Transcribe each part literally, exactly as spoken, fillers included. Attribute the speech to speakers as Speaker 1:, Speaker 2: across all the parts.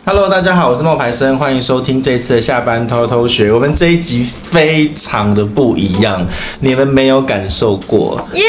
Speaker 1: Hello， 大家好，我是冒牌生，欢迎收听这次的下班偷偷学。我们这一集非常的不一样，你们没有感受过，
Speaker 2: 耶、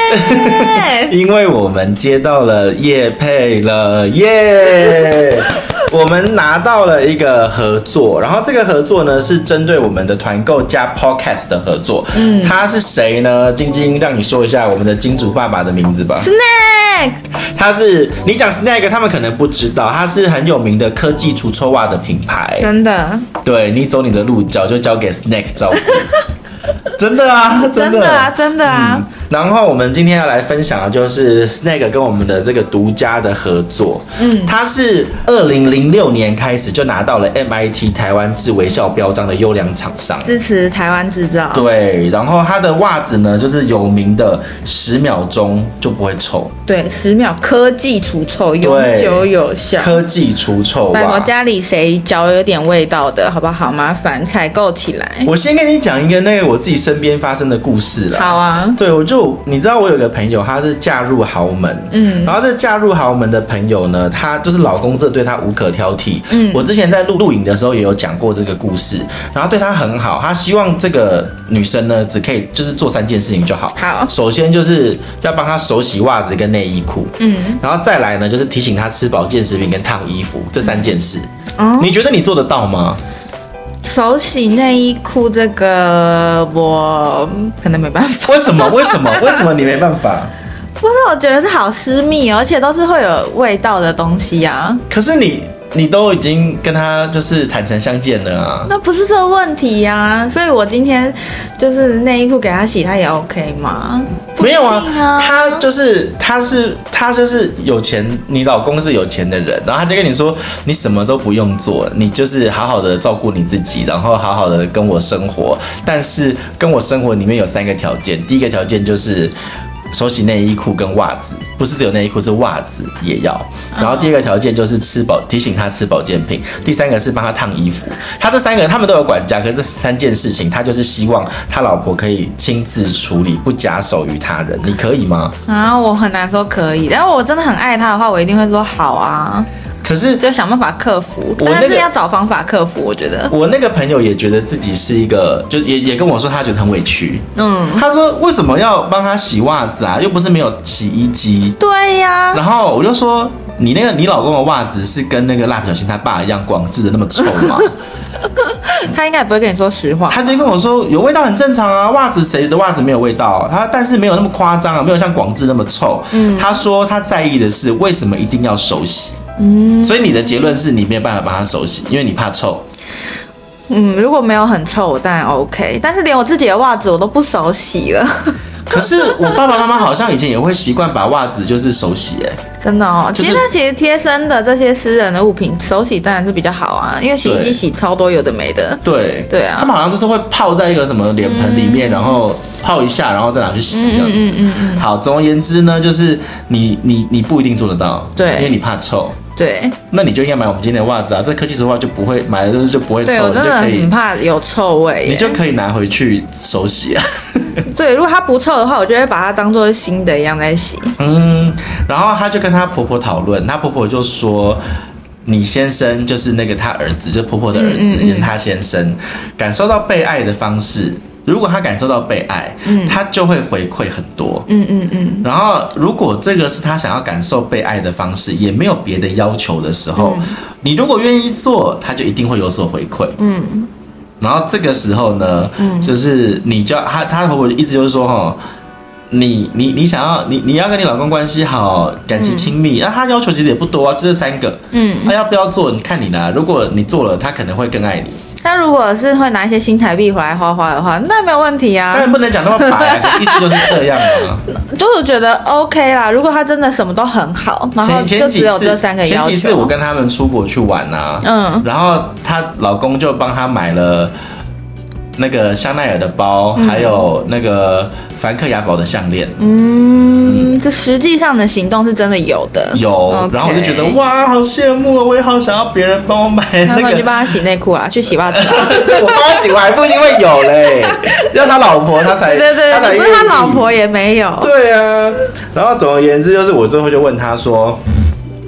Speaker 1: yeah! 因为我们接到了业配了，耶、yeah! 我们拿到了一个合作，然后这个合作呢是针对我们的团购加 podcast 的合作。嗯，他是谁呢？晶晶，让你说一下我们的金主爸爸的名字吧。
Speaker 2: Snack，
Speaker 1: 他是你讲 Snack， 他们可能不知道，他是很有名的科技除臭袜的品牌。
Speaker 2: 真的，
Speaker 1: 对，你走你的路，脚就交给 Snack 照顾。真的啊，真的,
Speaker 2: 真的啊，真的啊、嗯。
Speaker 1: 然后我们今天要来分享的就是 Snack 跟我们的这个独家的合作。嗯，它是二零零六年开始就拿到了 M I T 台湾制微笑标章的优良厂商，
Speaker 2: 支持台湾制造。
Speaker 1: 对，然后它的袜子呢，就是有名的十秒钟就不会臭。
Speaker 2: 对，十秒科技除臭，永久有效。
Speaker 1: 科技除臭袜。
Speaker 2: 我家里谁脚有点味道的，好不好？麻烦采购起来。
Speaker 1: 我先跟你讲一个那个我自己身边发生的故事啦。
Speaker 2: 好啊。
Speaker 1: 对，我就你知道我有个朋友，他是嫁入豪门，嗯，然后这嫁入豪门的朋友呢，他就是老公这对他无可挑剔，嗯，我之前在录录影的时候也有讲过这个故事，然后对他很好，他希望这个女生呢只可以就是做三件事情就好。
Speaker 2: 好，
Speaker 1: 首先就是要帮他手洗袜子跟内衣裤，嗯，然后再来呢就是提醒他吃保健食品跟烫衣服这三件事，哦，你觉得你做得到吗？
Speaker 2: 手洗内衣裤这个我可能没办法。
Speaker 1: 为什么？为什么？为什么你没办法？
Speaker 2: 不是，我觉得是好私密，而且都是会有味道的东西啊。
Speaker 1: 可是你。你都已经跟他就是坦诚相见了啊，
Speaker 2: 那不是这个问题呀、啊，所以我今天就是内衣裤给他洗，他也 OK 吗？
Speaker 1: 没有啊，他就是他是他就是有钱，你老公是有钱的人，然后他就跟你说，你什么都不用做，你就是好好的照顾你自己，然后好好的跟我生活，但是跟我生活里面有三个条件，第一个条件就是手洗内衣裤跟袜子，不是只有内衣裤，是袜子也要。然后第二个条件就是吃保，提醒他吃保健品。第三个是帮他烫衣服。他这三个他们都有管家，可是这三件事情他就是希望他老婆可以亲自处理，不假手于他人。你可以吗？
Speaker 2: 啊，我很难说可以，但是我真的很爱他的话，我一定会说好啊。
Speaker 1: 可是
Speaker 2: 就想办法克服，但是要找方法克服。我觉得
Speaker 1: 我那个朋友也觉得自己是一个，就也也跟我说他觉得很委屈。嗯，他说为什么要帮他洗袜子啊？又不是没有洗衣机。
Speaker 2: 对呀、啊。
Speaker 1: 然后我就说，你那个你老公的袜子是跟那个蜡笔小新他爸一样广制的那么臭吗？
Speaker 2: 他应该也不会跟你说实话。
Speaker 1: 他就跟我说有味道很正常啊，袜子谁的袜子没有味道？他但是没有那么夸张啊，没有像广制那么臭。嗯，他说他在意的是为什么一定要手洗。嗯，所以你的结论是你没有办法帮他手洗，因为你怕臭。
Speaker 2: 嗯，如果没有很臭，我当然 OK， 但是连我自己的袜子我都不手洗了。
Speaker 1: 可是我爸爸妈妈好像以前也会习惯把袜子就是手洗、欸，哎，
Speaker 2: 真的哦。
Speaker 1: 就是、
Speaker 2: 其实它其实贴身的这些私人的物品手洗当然是比较好啊，因为洗衣机洗超多有的没的。对对啊，
Speaker 1: 他们好像都是会泡在一个什么脸盆里面，嗯、然后泡一下，然后再拿去洗这样子。嗯嗯嗯嗯。好，总而言之呢，就是你你你不一定做得到，
Speaker 2: 对，
Speaker 1: 因为你怕臭。
Speaker 2: 对，
Speaker 1: 那你就应该买我们今天的袜子啊！这科技除袜就不会买了就不会臭，
Speaker 2: 对我真的很怕有臭味，
Speaker 1: 你就可以拿回去手洗啊。
Speaker 2: 对，如果它不臭的话，我就会把它当做新的一样在洗。
Speaker 1: 嗯，然后她就跟她婆婆讨论，她婆婆就说，你先生就是那个她儿子，就是婆婆的儿子，嗯嗯嗯也是她先生，感受到被爱的方式。如果他感受到被爱，嗯，他就会回馈很多，嗯嗯嗯。然后，如果这个是他想要感受被爱的方式，也没有别的要求的时候，嗯、你如果愿意做，他就一定会有所回馈，嗯。然后这个时候呢，嗯，就是你就要他他婆婆一直就是说哈，你你你想要你你要跟你老公关系好，感情亲密，那、嗯啊、他要求其实也不多啊，就这三个，嗯。他、啊、要不要做？你看你啦。如果你做了，他可能会更爱你。
Speaker 2: 那如果是会拿一些新台币回来花花的话，那没有问题啊。
Speaker 1: 当然不能讲那么白啊，意思就是这样啊。
Speaker 2: 就是觉得 OK 啦，如果他真的什么都很好，然后就只有这三个要求。
Speaker 1: 前几次我跟他们出国去玩啊，嗯，然后她老公就帮她买了那个香奈儿的包，嗯、还有那个梵克雅宝的项链。
Speaker 2: 嗯，嗯这实际上的行动是真的有的。
Speaker 1: 有， okay. 然后我就觉得哇，好羡慕啊！我也好想要别人帮我买那个。
Speaker 2: 那你就帮他洗内裤啊，去洗袜子、啊。
Speaker 1: 我帮他洗，我还不一定会有嘞。要他老婆，他才
Speaker 2: 对对，
Speaker 1: 他才
Speaker 2: 不是他老婆也没有。
Speaker 1: 对啊，然后总而言之，就是我最后就问他说。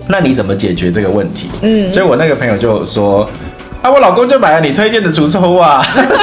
Speaker 1: 那你怎么解决这个问题？嗯，所以我那个朋友就说，啊，我老公就买了你推荐的除臭袜。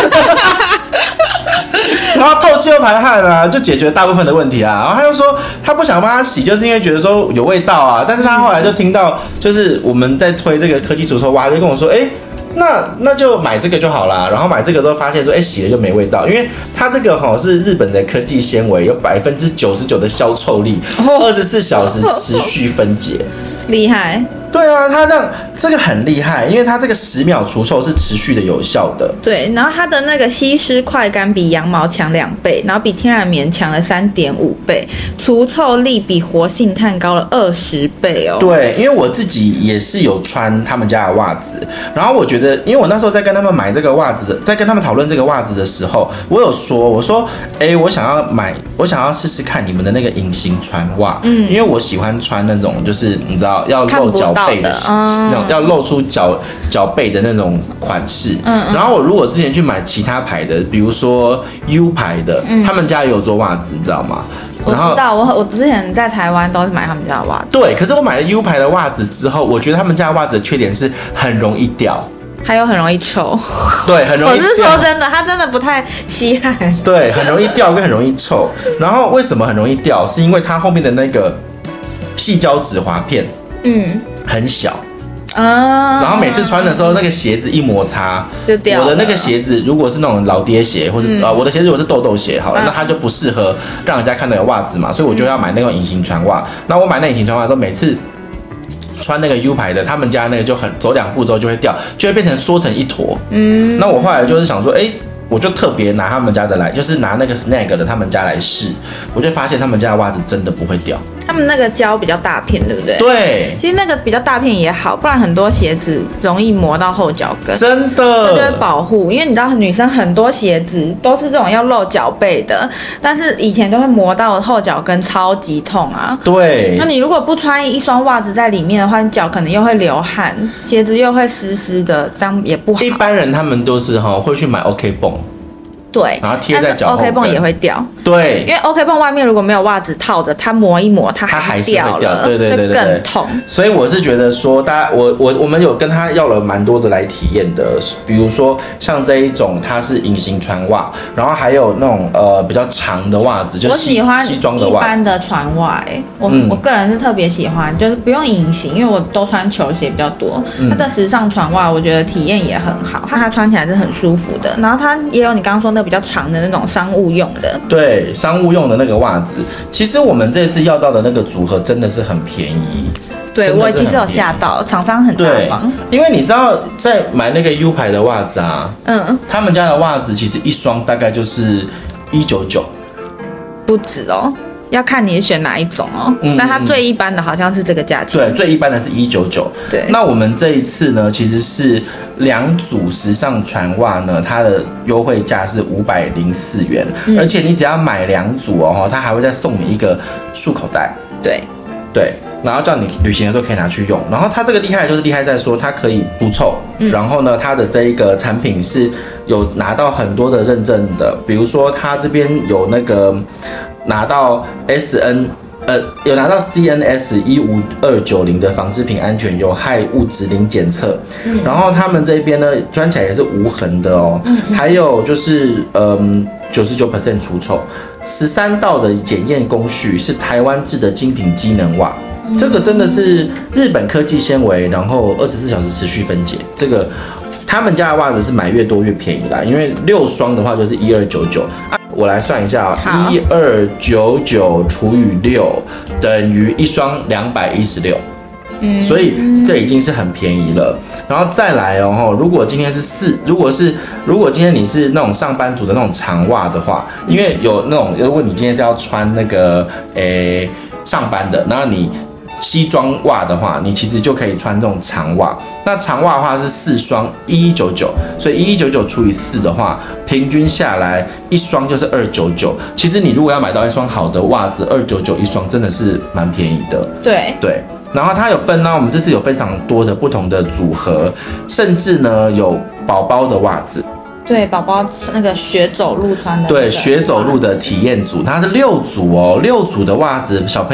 Speaker 1: 然后透气又排汗啊，就解决大部分的问题啊。然后他又说他不想帮他洗，就是因为觉得说有味道啊。但是他后来就听到，就是我们在推这个科技除臭袜，就跟我说，哎，那那就买这个就好啦。然后买这个之后发现说，哎，洗了就没味道，因为它这个哈是日本的科技纤维，有百分之九十九的消臭力，二十四小时持续分解，
Speaker 2: 厉害。
Speaker 1: 对啊，它让这个很厉害，因为它这个十秒除臭是持续的有效的。
Speaker 2: 对，然后它的那个吸湿快感比羊毛强两倍，然后比天然棉强了三点五倍，除臭力比活性炭高了二十倍哦。
Speaker 1: 对，因为我自己也是有穿他们家的袜子，然后我觉得，因为我那时候在跟他们买这个袜子的，在跟他们讨论这个袜子的时候，我有说，我说，哎，我想要买，我想要试试看你们的那个隐形船袜，嗯，因为我喜欢穿那种就是你知道要露脚背的，嗯、那种要露出脚脚背的那种款式。嗯, 嗯然后我如果之前去买其他牌的，比如说 U 牌的，嗯、他们家也有做袜子，你知道吗？
Speaker 2: 我知道，我我之前在台湾都是买他们家的袜子。
Speaker 1: 对，可是我买了 U 牌的袜子之后，我觉得他们家的袜子的缺点是很容易掉。
Speaker 2: 还有很容易臭，
Speaker 1: 对，很容易。
Speaker 2: 我是说真的，它真的不太稀罕。
Speaker 1: 对，很容易掉跟很容易臭。然后为什么很容易掉？是因为它后面的那个矽胶止滑片，嗯，很小。啊，然后每次穿的时候，那个鞋子一摩擦
Speaker 2: 就掉了。
Speaker 1: 我的那个鞋子如果是那种老爹鞋，或是、嗯、啊，我的鞋子如果是豆豆鞋，好了，嗯、那它就不适合让人家看到有袜子嘛，所以我就要买那种隐形船袜。那我买那隐形船袜的时候，每次穿那个 U 牌的，他们家那个就很走两步之后就会掉，就会变成缩成一坨。嗯，那我后来就是想说，哎。我就特别拿他们家的来，就是拿那个 Snag 的他们家来试，我就发现他们家的袜子真的不会掉。
Speaker 2: 他们那个胶比较大片，对不对？
Speaker 1: 对，
Speaker 2: 其实那个比较大片也好，不然很多鞋子容易磨到后脚跟。
Speaker 1: 真的，
Speaker 2: 这就会保护，因为你知道女生很多鞋子都是这种要露脚背的，但是以前就会磨到后脚跟，超级痛啊。
Speaker 1: 对，
Speaker 2: 那你如果不穿一双袜子在里面的话，你脚可能又会流汗，鞋子又会湿湿的，这样也不好。
Speaker 1: 一般人他们都是哈会去买 OK 绷。
Speaker 2: 对，
Speaker 1: 然后贴在脚后跟
Speaker 2: ，OK 绷也会掉。
Speaker 1: 对，
Speaker 2: 因为 OK 绷外面如果没有袜子套着，它磨一磨，它还是掉了，
Speaker 1: 对对对对对，
Speaker 2: 更痛。
Speaker 1: 所以我是觉得说，大家我我我们有跟他要了蛮多的来体验的，比如说像这一种它是隐形船袜，然后还有那种呃比较长的袜子，就是西装的袜子。
Speaker 2: 一般的船袜、欸，我、嗯、我个人是特别喜欢，就是不用隐形，因为我都穿球鞋比较多。嗯、它的时尚船袜，我觉得体验也很好，它穿起来是很舒服的。然后它也有你刚刚说那比较长的那种商务用的，
Speaker 1: 对，商务用的那个袜子，其实我们这次要到的那个组合真的是很便宜。
Speaker 2: 对，我其实有吓到，厂商很大方。
Speaker 1: 因为你知道，在买那个 U 牌的袜子啊，嗯，他们家的袜子其实一双大概就是一九九，
Speaker 2: 不止哦。要看你选哪一种哦，嗯、但它最一般的好像是这个价钱。
Speaker 1: 对，最一般的是一九九。对，那我们这一次呢，其实是两组时尚船袜呢，它的优惠价是五百零四元，嗯、而且你只要买两组哦，它还会再送你一个束口袋。
Speaker 2: 对，
Speaker 1: 对。然后叫你旅行的时候可以拿去用，然后它这个厉害就是厉害在说它可以不臭，嗯、然后呢，它的这一个产品是有拿到很多的认证的，比如说它这边有那个拿到 S N 呃有拿到 C N S 一五二九零的纺织品安全有害物质零检测，嗯、然后他们这边呢穿起来也是无痕的哦，嗯嗯还有就是嗯九十九 percent 除臭，十三道的检验工序是台湾制的精品机能袜。这个真的是日本科技纤维，然后二十四小时持续分解。这个他们家的袜子是买越多越便宜啦，因为六双的话就是一二九九。啊，我来算一下哦，一二九九除以六等于一双两百一十六。嗯，所以这已经是很便宜了。然后再来哦，如果今天是四，如果是如果今天你是那种上班族的那种长袜的话，因为有那种，如果你今天是要穿那个诶上班的，然后你西装袜的话，你其实就可以穿这种长袜。那长袜的话是四双一一九九，所以一一九九除以四的话，平均下来一双就是二九九。其实你如果要买到一双好的袜子，二九九一双真的是蛮便宜的。
Speaker 2: 对
Speaker 1: 对。然后它有分呢，我们这次有非常多的不同的组合，甚至呢有宝宝的袜子。
Speaker 2: 对，宝宝那个学走路穿的。
Speaker 1: 对，学走路的体验组，它是六组哦，六组的袜子，小朋友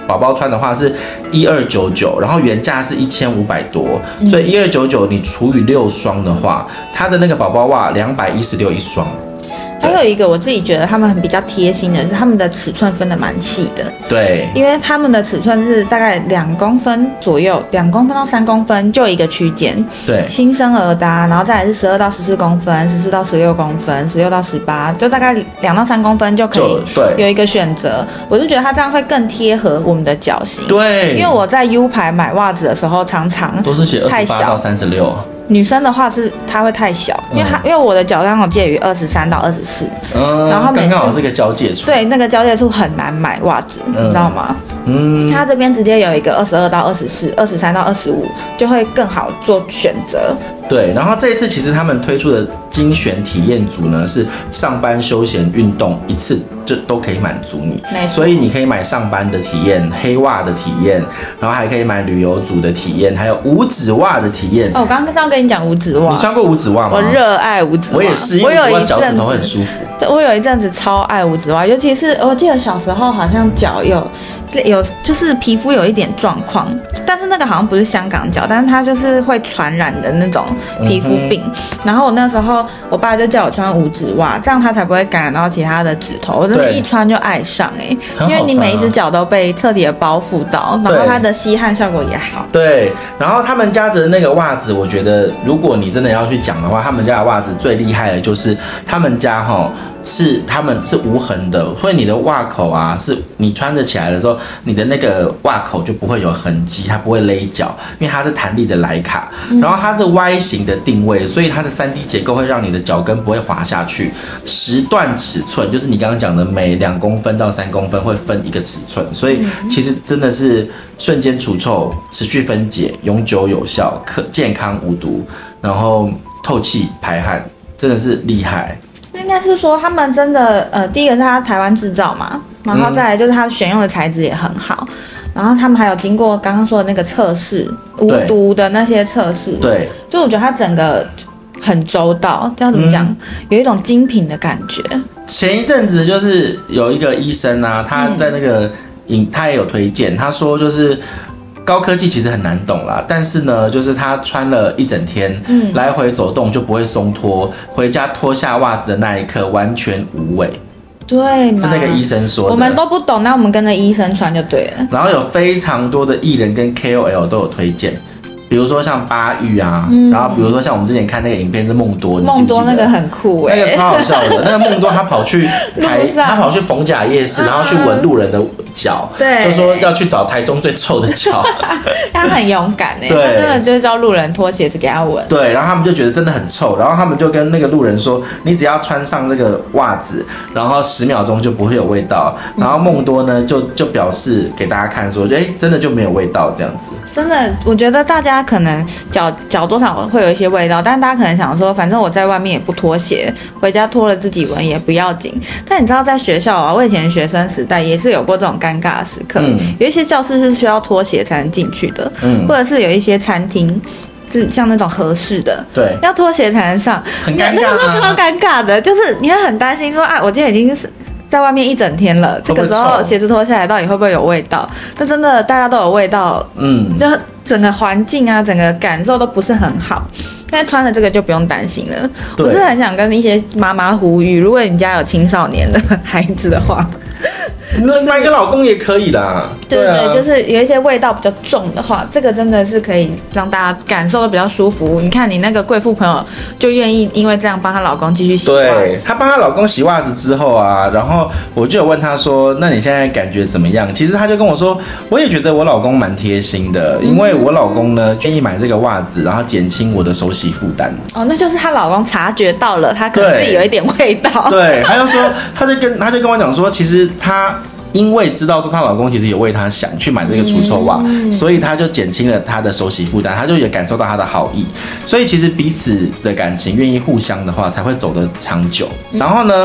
Speaker 1: 宝宝穿的话是一二九九，然后原价是一千五百多，所以一二九九你除以六双的话，它的那个宝宝袜两百一十六一双。
Speaker 2: 还有一个我自己觉得他们很比较贴心的是，他们的尺寸分得蛮细的。
Speaker 1: 对，
Speaker 2: 因为他们的尺寸是大概两公分左右，两公分到三公分就一个区间。
Speaker 1: 对，
Speaker 2: 新生儿的、啊，然后再来是十二到十四公分，十四到十六公分，十六到十八，就大概两到三公分就可以有一个选择。我就觉得它这样会更贴合我们的脚型。
Speaker 1: 对，
Speaker 2: 因为我在 U 牌买袜子的时候，常常
Speaker 1: 都是写二十八到三十六。
Speaker 2: 女生的话是它会太小，因为它、嗯、因为我的脚刚好介于二十三到二十四，
Speaker 1: 嗯，然后刚刚好是个交界处，
Speaker 2: 对，那个交界处很难买袜子，嗯、你知道吗？
Speaker 1: 嗯，
Speaker 2: 它这边直接有一个二十二到二十四、二十三到二十五，就会更好做选择。
Speaker 1: 对，然后这一次其实他们推出的精选体验组呢，是上班休闲运动一次就都可以满足你，所以你可以买上班的体验、黑袜的体验，然后还可以买旅游组的体验，还有五指袜的体验。
Speaker 2: 哦，我刚刚要跟你讲五指袜，
Speaker 1: 你穿过五指袜吗？
Speaker 2: 我热爱五指袜，
Speaker 1: 我也是，因为我脚趾头很舒服。
Speaker 2: 我有一阵子超爱五指袜，尤其是我记得小时候好像脚有有就是皮肤有一点状况，但是那个好像不是香港脚，但是它就是会传染的那种皮肤病。嗯、然后我那时候我爸就叫我穿五指袜，这样它才不会感染到其他的指头。我真的一穿就爱上哎、欸，因为你每一只脚都被彻底的包覆到，然后它的吸汗效果也好。
Speaker 1: 对，然后他们家的那个袜子，我觉得如果你真的要去讲的话，他们家的袜子最厉害的就是他们家齁。是他们是无痕的，所以你的袜口啊，是你穿着起来的时候，你的那个袜口就不会有痕迹，它不会勒脚，因为它是弹力的莱卡，然后它是 Y 型的定位，所以它的 三 D 结构会让你的脚跟不会滑下去。十段尺寸就是你刚刚讲的，每两公分到三公分会分一个尺寸，所以其实真的是瞬间除臭、持续分解、永久有效、可健康无毒，然后透气排汗，真的是厉害。
Speaker 2: 应该是说他们真的，呃，第一个是它台湾制造嘛，然后再来就是它选用的材质也很好，然后他们还有经过刚刚说的那个测试，无毒的那些测试，
Speaker 1: 对，
Speaker 2: 就我觉得它整个很周到，这样怎么讲、嗯，有一种精品的感觉。
Speaker 1: 前一阵子就是有一个医生啊，他在那个影，他也有推荐，他说就是。高科技其实很难懂啦，但是呢，就是他穿了一整天，嗯，来回走动就不会松脱，回家脱下袜子的那一刻完全无味。
Speaker 2: 对嘛，
Speaker 1: 是那个医生说的。
Speaker 2: 我们都不懂，那我们跟着医生穿就对了。
Speaker 1: 然后有非常多的艺人跟 K O L 都有推荐。比如说像巴玉啊、嗯，然后比如说像我们之前看那个影片是梦多，
Speaker 2: 梦多那个很酷哎、
Speaker 1: 欸，那个超好笑的。那个梦多他跑去台，他跑去逢甲夜市，然后去闻路人的脚，对，就说要去找台中最臭的脚。
Speaker 2: 他很勇敢哎、欸，
Speaker 1: 对，
Speaker 2: 他真的就是叫路人脱鞋子给他闻。
Speaker 1: 对，然后他们就觉得真的很臭，然后他们就跟那个路人说，你只要穿上这个袜子，然后十秒钟就不会有味道。然后梦多呢就就表示给大家看说，哎、欸，真的就没有味道这样子。
Speaker 2: 真的，我觉得大家可能脚脚多少会有一些味道，但是大家可能想说，反正我在外面也不脱鞋，回家脱了自己闻也不要紧。但你知道，在学校啊，我以前学生时代也是有过这种尴尬的时刻。嗯、有一些教室是需要脱鞋才能进去的，嗯、或者是有一些餐厅。是像那种合适的，
Speaker 1: 对，
Speaker 2: 要脱鞋才能上，
Speaker 1: 很尴尬、啊，
Speaker 2: 那个是超尴尬的，就是你会很担心说，啊，我今天已经是在外面一整天了，这个时候鞋子脱下来到底会不会有味道？那真的大家都有味道，嗯，就整个环境啊，整个感受都不是很好。现在穿的这个就不用担心了。我是很想跟一些妈妈呼吁，如果你家有青少年的孩子的话。
Speaker 1: 那买个老公也可以啦，
Speaker 2: 对对对、啊，就是有一些味道比较重的话，这个真的是可以让大家感受的比较舒服。你看你那个贵妇朋友就愿意因为这样帮她老公继续洗袜子。
Speaker 1: 对，她帮她老公洗袜子之后啊，然后我就有问她说：“那你现在感觉怎么样？”其实她就跟我说：“我也觉得我老公蛮贴心的，因为我老公呢愿意买这个袜子，然后减轻我的手洗负担。”
Speaker 2: 哦，那就是她老公察觉到了，她可能自己有一点味道。
Speaker 1: 对，她就说，她就跟她就跟我讲说，其实她。因为知道说她老公其实有为她想去买这个除臭袜、嗯，所以她就减轻了她的手洗负担，她就也感受到她的好意，所以其实彼此的感情愿意互相的话，才会走得长久。然后呢，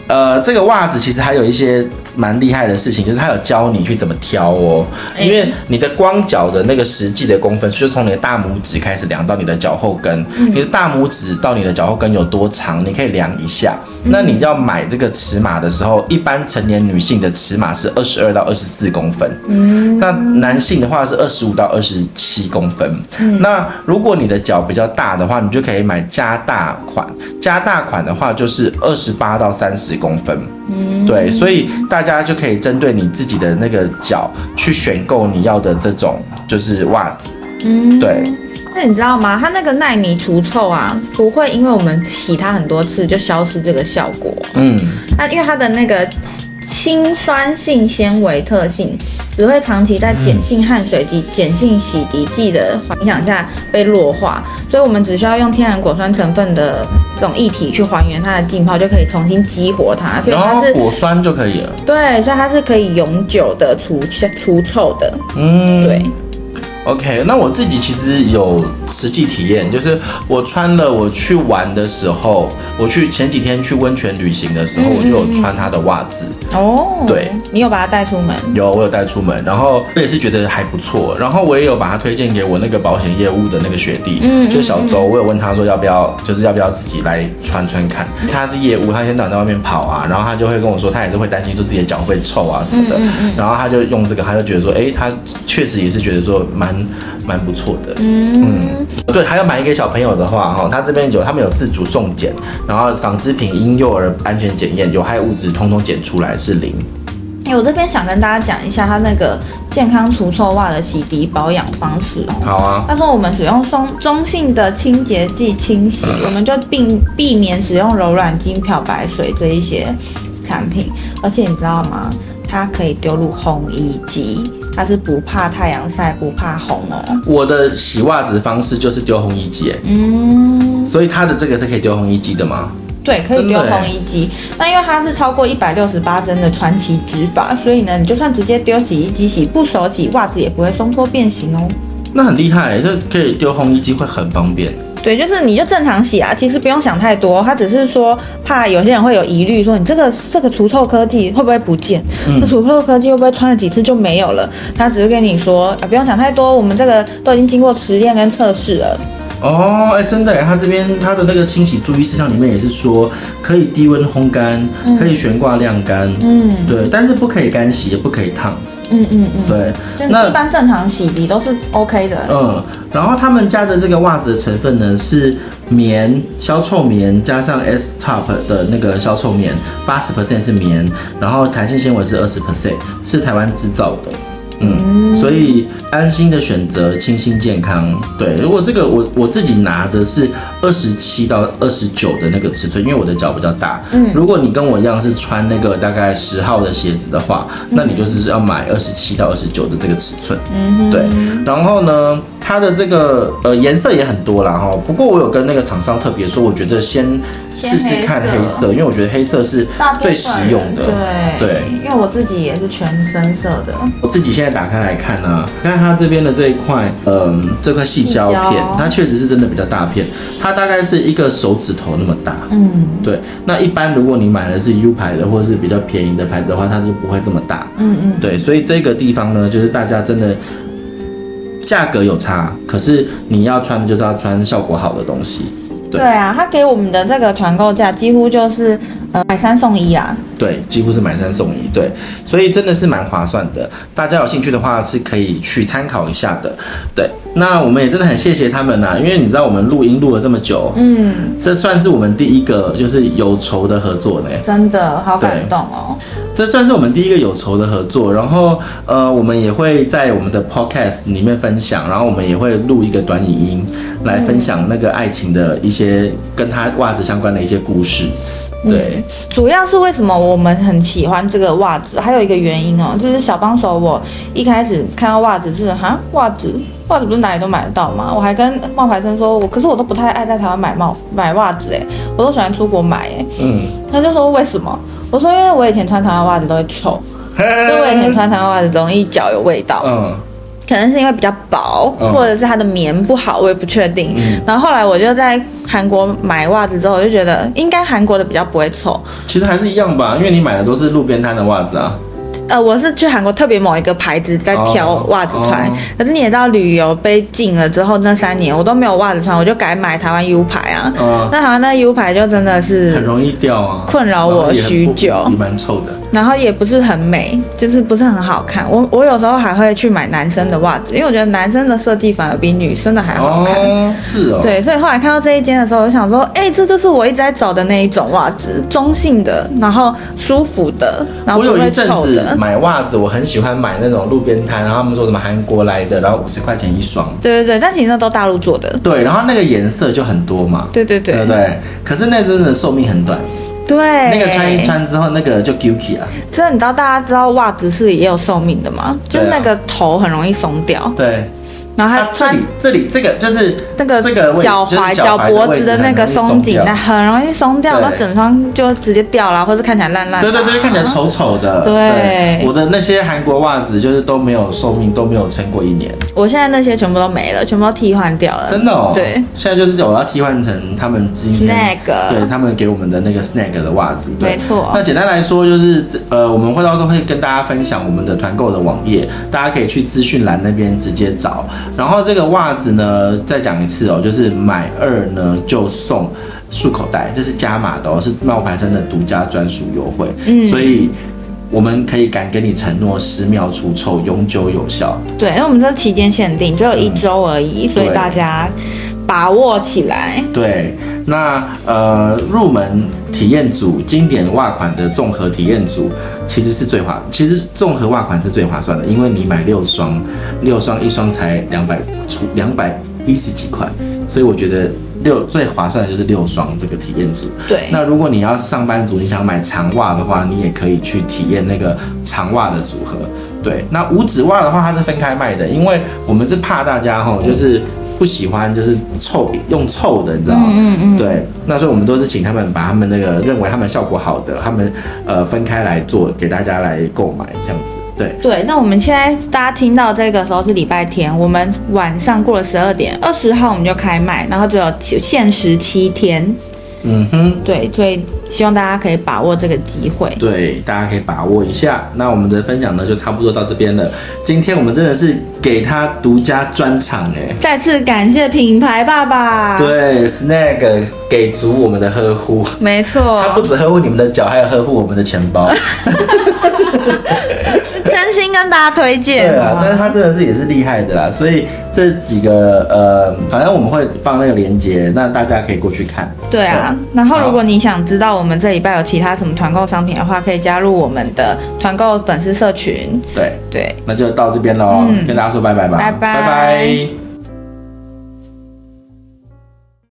Speaker 1: 呃，这个袜子其实还有一些蛮厉害的事情，就是它有教你去怎么挑哦。因为你的光脚的那个实际的公分数，就从你的大拇指开始量到你的脚后跟，嗯、你的大拇指到你的脚后跟有多长，你可以量一下。嗯、那你要买这个尺码的时候，一般成年女性的尺码是二十二到二十四公分，嗯，那男性的话是二十五到二十七公分。嗯、那如果你的脚比较大的话，你就可以买加大款，加大款的话就是二十八到三十公分。嗯，对，所以大家就可以针对你自己的那个脚去选购你要的这种就是袜子。嗯，对。
Speaker 2: 那你知道吗？它那个奈米除臭啊，不会因为我们洗它很多次就消失这个效果。嗯，它因为它的那个氢酸性纤维特性，只会长期在碱性汗水及碱性洗涤剂的影响下被弱化，所以我们只需要用天然果酸成分的这种液体去还原它的浸泡，就可以重新激活它。所以它是
Speaker 1: 果酸就可以了。
Speaker 2: 对，所以它是可以永久的除除臭的。嗯，对。
Speaker 1: OK， 那我自己其实有实际体验，就是我穿了，我去玩的时候，我去前几天去温泉旅行的时候，嗯嗯嗯我就有穿它的袜子。哦，对，
Speaker 2: 你有把它带出门？
Speaker 1: 有，我有带出门，然后我也是觉得还不错，然后我也有把它推荐给我那个保险业务的那个学弟，嗯嗯嗯就是小周，我有问他说要不要，就是要不要自己来穿穿看。他是业务，他先在外面跑啊，然后他就会跟我说，他也是会担心说自己的脚会臭啊什么的，嗯嗯嗯然后他就用这个，他就觉得说，哎，他确实也是觉得说蛮。蛮不错的，嗯嗯，对，还要买给小朋友的话，哈，他这边有，他们有自主送检，然后纺织品婴幼儿安全检验，有害物质通通检出来是零。
Speaker 2: 欸、我这边想跟大家讲一下它那个健康除臭袜的洗涤保养方式哦。
Speaker 1: 好啊。
Speaker 2: 他说我们使用中中性的清洁剂清洗，嗯、我们就避避免使用柔软精漂白水这一些产品，而且你知道吗？它可以丢入烘衣机。它是不怕太阳晒，不怕红哦。
Speaker 1: 我的洗袜子的方式就是丢烘衣机，嗯，所以它的这个是可以丢烘衣机的吗？
Speaker 2: 对，可以丢烘衣机。那因为它是超过一百六十八帧的传奇指法，所以呢，你就算直接丢洗衣机洗，不手洗，袜子也不会松脱变形哦。
Speaker 1: 那很厉害，就可以丢烘衣机，会很方便。
Speaker 2: 对，就是你就正常洗啊，其实不用想太多，他只是说怕有些人会有疑虑，说你这个这个除臭科技会不会不见？嗯，这除臭科技会不会穿了几次就没有了？他只是跟你说啊，不用想太多，我们这个都已经经过实验跟测试了。
Speaker 1: 哦，哎，真的哎，他这边他的那个清洗注意事项里面也是说，可以低温烘干，嗯、可以悬挂晾干，嗯，对，但是不可以干洗，也不可以烫。嗯嗯嗯，对，
Speaker 2: 那一般正常洗涤都是 OK 的。
Speaker 1: 嗯，然后他们家的这个袜子的成分呢是棉消臭棉加上 S Top 的那个消臭棉， 百分之八十 是棉，然后弹性纤维是 百分之二十， 是台湾制造的。嗯，所以安心的选择，清新健康。对，如果这个我我自己拿的是二十七到二十九的那个尺寸，因为我的脚比较大。嗯，如果你跟我一样是穿那个大概十号的鞋子的话，那你就是要买二十七到二十九的这个尺寸。嗯，对。然后呢，它的这个呃颜色也很多啦哈。不过我有跟那个厂商特别说，我觉得先试试看黑色，因为我觉得黑色是最实用的。
Speaker 2: 对对，因为我自己也是全深色的。
Speaker 1: 我自己现在打开来看啊，看它这边的这一块，嗯，这块细胶片，它确实是真的比较大片，它大概是一个手指头那么大。嗯，对。那一般如果你买的是 U 牌的或是比较便宜的牌子的话，它就不会这么大。嗯嗯，对。所以这个地方呢，就是大家真的价格有差，可是你要穿的就是要穿效果好的东西。
Speaker 2: 对, 对啊，他给我们的这个团购价几乎就是呃买三送一啊。
Speaker 1: 对，几乎是买三送一。对，所以真的是蛮划算的。大家有兴趣的话是可以去参考一下的。对，那我们也真的很谢谢他们啊，因为你知道我们录音录了这么久，嗯，这算是我们第一个就是有酬的合作呢。
Speaker 2: 真的好感动哦。
Speaker 1: 这算是我们第一个有酬的合作，然后呃，我们也会在我们的 podcast 里面分享，然后我们也会录一个短影音来分享那个爱情的一些跟他袜子相关的一些故事。对、嗯，
Speaker 2: 主要是为什么我们很喜欢这个袜子，还有一个原因哦，就是小帮手，我一开始看到袜子是哈袜子，袜子不是哪里都买得到吗？我还跟冒牌生说，我可是我都不太爱在台湾买帽买袜子哎，我都喜欢出国买哎。嗯，他就说为什么？我说因为我以前穿台湾袜子都会臭，因为我以前穿台湾袜子容易脚有味道。嗯。 可能是因为比较薄，嗯、或者是它的棉不好，我也不确定。嗯、然后后来我就在韩国买袜子之后，我就觉得应该韩国的比较不会臭。
Speaker 1: 其实还是一样吧，因为你买的都是路边摊的袜子啊。
Speaker 2: 呃，我是去韩国特别某一个牌子在挑袜子穿，哦哦、可是你也知道，旅游被禁了之后那三年我都没有袜子穿，我就改买台湾 U 牌啊。哦、那台湾那 U 牌就真的是
Speaker 1: 很容易掉啊，
Speaker 2: 困扰我许久，
Speaker 1: 也蛮臭的。
Speaker 2: 然后也不是很美，就是不是很好看。我我有时候还会去买男生的袜子，因为我觉得男生的设计反而比女生的还好看。
Speaker 1: 哦，是哦。
Speaker 2: 对，所以后来看到这一间的时候，我就想说，哎、欸，这就是我一直在找的那一种袜子，中性的，然后舒服的，然后不会臭的。
Speaker 1: 我有一阵子买袜子，我很喜欢买那种路边摊，然后他们说什么韩国来的，然后五十块钱一双。
Speaker 2: 对对对，但其实那都大陆做的。
Speaker 1: 对，然后那个颜色就很多嘛。
Speaker 2: 对对对，
Speaker 1: 对不对？可是那真的寿命很短。
Speaker 2: 对，
Speaker 1: 那个穿一穿之后，那个就 guilty 啊。
Speaker 2: 真的，你知道大家知道袜子是也有寿命的吗？就是那个头很容易松掉。
Speaker 1: 对。
Speaker 2: 然后它
Speaker 1: 这里这里这个就是
Speaker 2: 那个
Speaker 1: 这个
Speaker 2: 脚踝脚脖子的那个松紧带很容易松掉，那整双就直接掉了，或是看起来烂烂的。
Speaker 1: 对对对，看起来丑丑的。
Speaker 2: 对，
Speaker 1: 我的那些韩国袜子就是都没有寿命，都没有撑过一年。
Speaker 2: 我现在那些全部都没了，全部都替换掉了。
Speaker 1: 真的哦。
Speaker 2: 对，
Speaker 1: 现在就是我要替换成他们今天
Speaker 2: Snag，
Speaker 1: 对他们给我们的那个 Snag 的袜子。
Speaker 2: 没错。
Speaker 1: 那简单来说就是呃，我们会到时候会跟大家分享我们的团购的网页，大家可以去资讯栏那边直接找。然后这个袜子。袜子呢，再讲一次哦，就是买二呢就送束口袋，这是加码的哦，是冒牌生的独家专属优惠，嗯，所以我们可以敢跟你承诺十秒除臭，永久有效。
Speaker 2: 对，因为我们这期间限定，只有一周而已，嗯、所以大家把握起来。
Speaker 1: 对，那呃，入门体验组经典袜款的综合体验组其实是最划，其实综合袜款是最划算的，因为你买六双，六双一双才两百出两百一十几块，所以我觉得六最划算的就是六双这个体验组。
Speaker 2: 对，
Speaker 1: 那如果你要上班族，你想买长袜的话，你也可以去体验那个长袜的组合。对，那五指袜的话，它是分开卖的，因为我们是怕大家吼，就是不喜欢就是臭用臭的，你知道吗？嗯嗯。对，那所以我们都是请他们把他们那个认为他们效果好的，他们呃分开来做，给大家来购买这样子。对
Speaker 2: 对，那我们现在大家听到这个时候是礼拜天，我们晚上过了十二点，二十号我们就开卖，然后只有限时七天。嗯哼，对，所以希望大家可以把握这个机会。
Speaker 1: 对，大家可以把握一下。那我们的分享呢，就差不多到这边了。今天我们真的是给他独家专场哎，
Speaker 2: 再次感谢品牌爸爸。
Speaker 1: 对 ，Snag 给足我们的呵护。
Speaker 2: 没错，
Speaker 1: 他不只呵护你们的脚，还有呵护我们的钱包。
Speaker 2: 真心跟大家推荐。
Speaker 1: 对啊，但是他真的是也是厉害的啦，所以这几个呃，反正我们会放那个链接，那大家可以过去看。
Speaker 2: 对啊，然后如果你想知道我们这礼拜有其他什么团购商品的话，可以加入我们的团购粉丝社群。
Speaker 1: 对
Speaker 2: 对，
Speaker 1: 那就到这边喽，嗯、跟大家说拜拜吧，
Speaker 2: 拜拜
Speaker 1: 拜拜。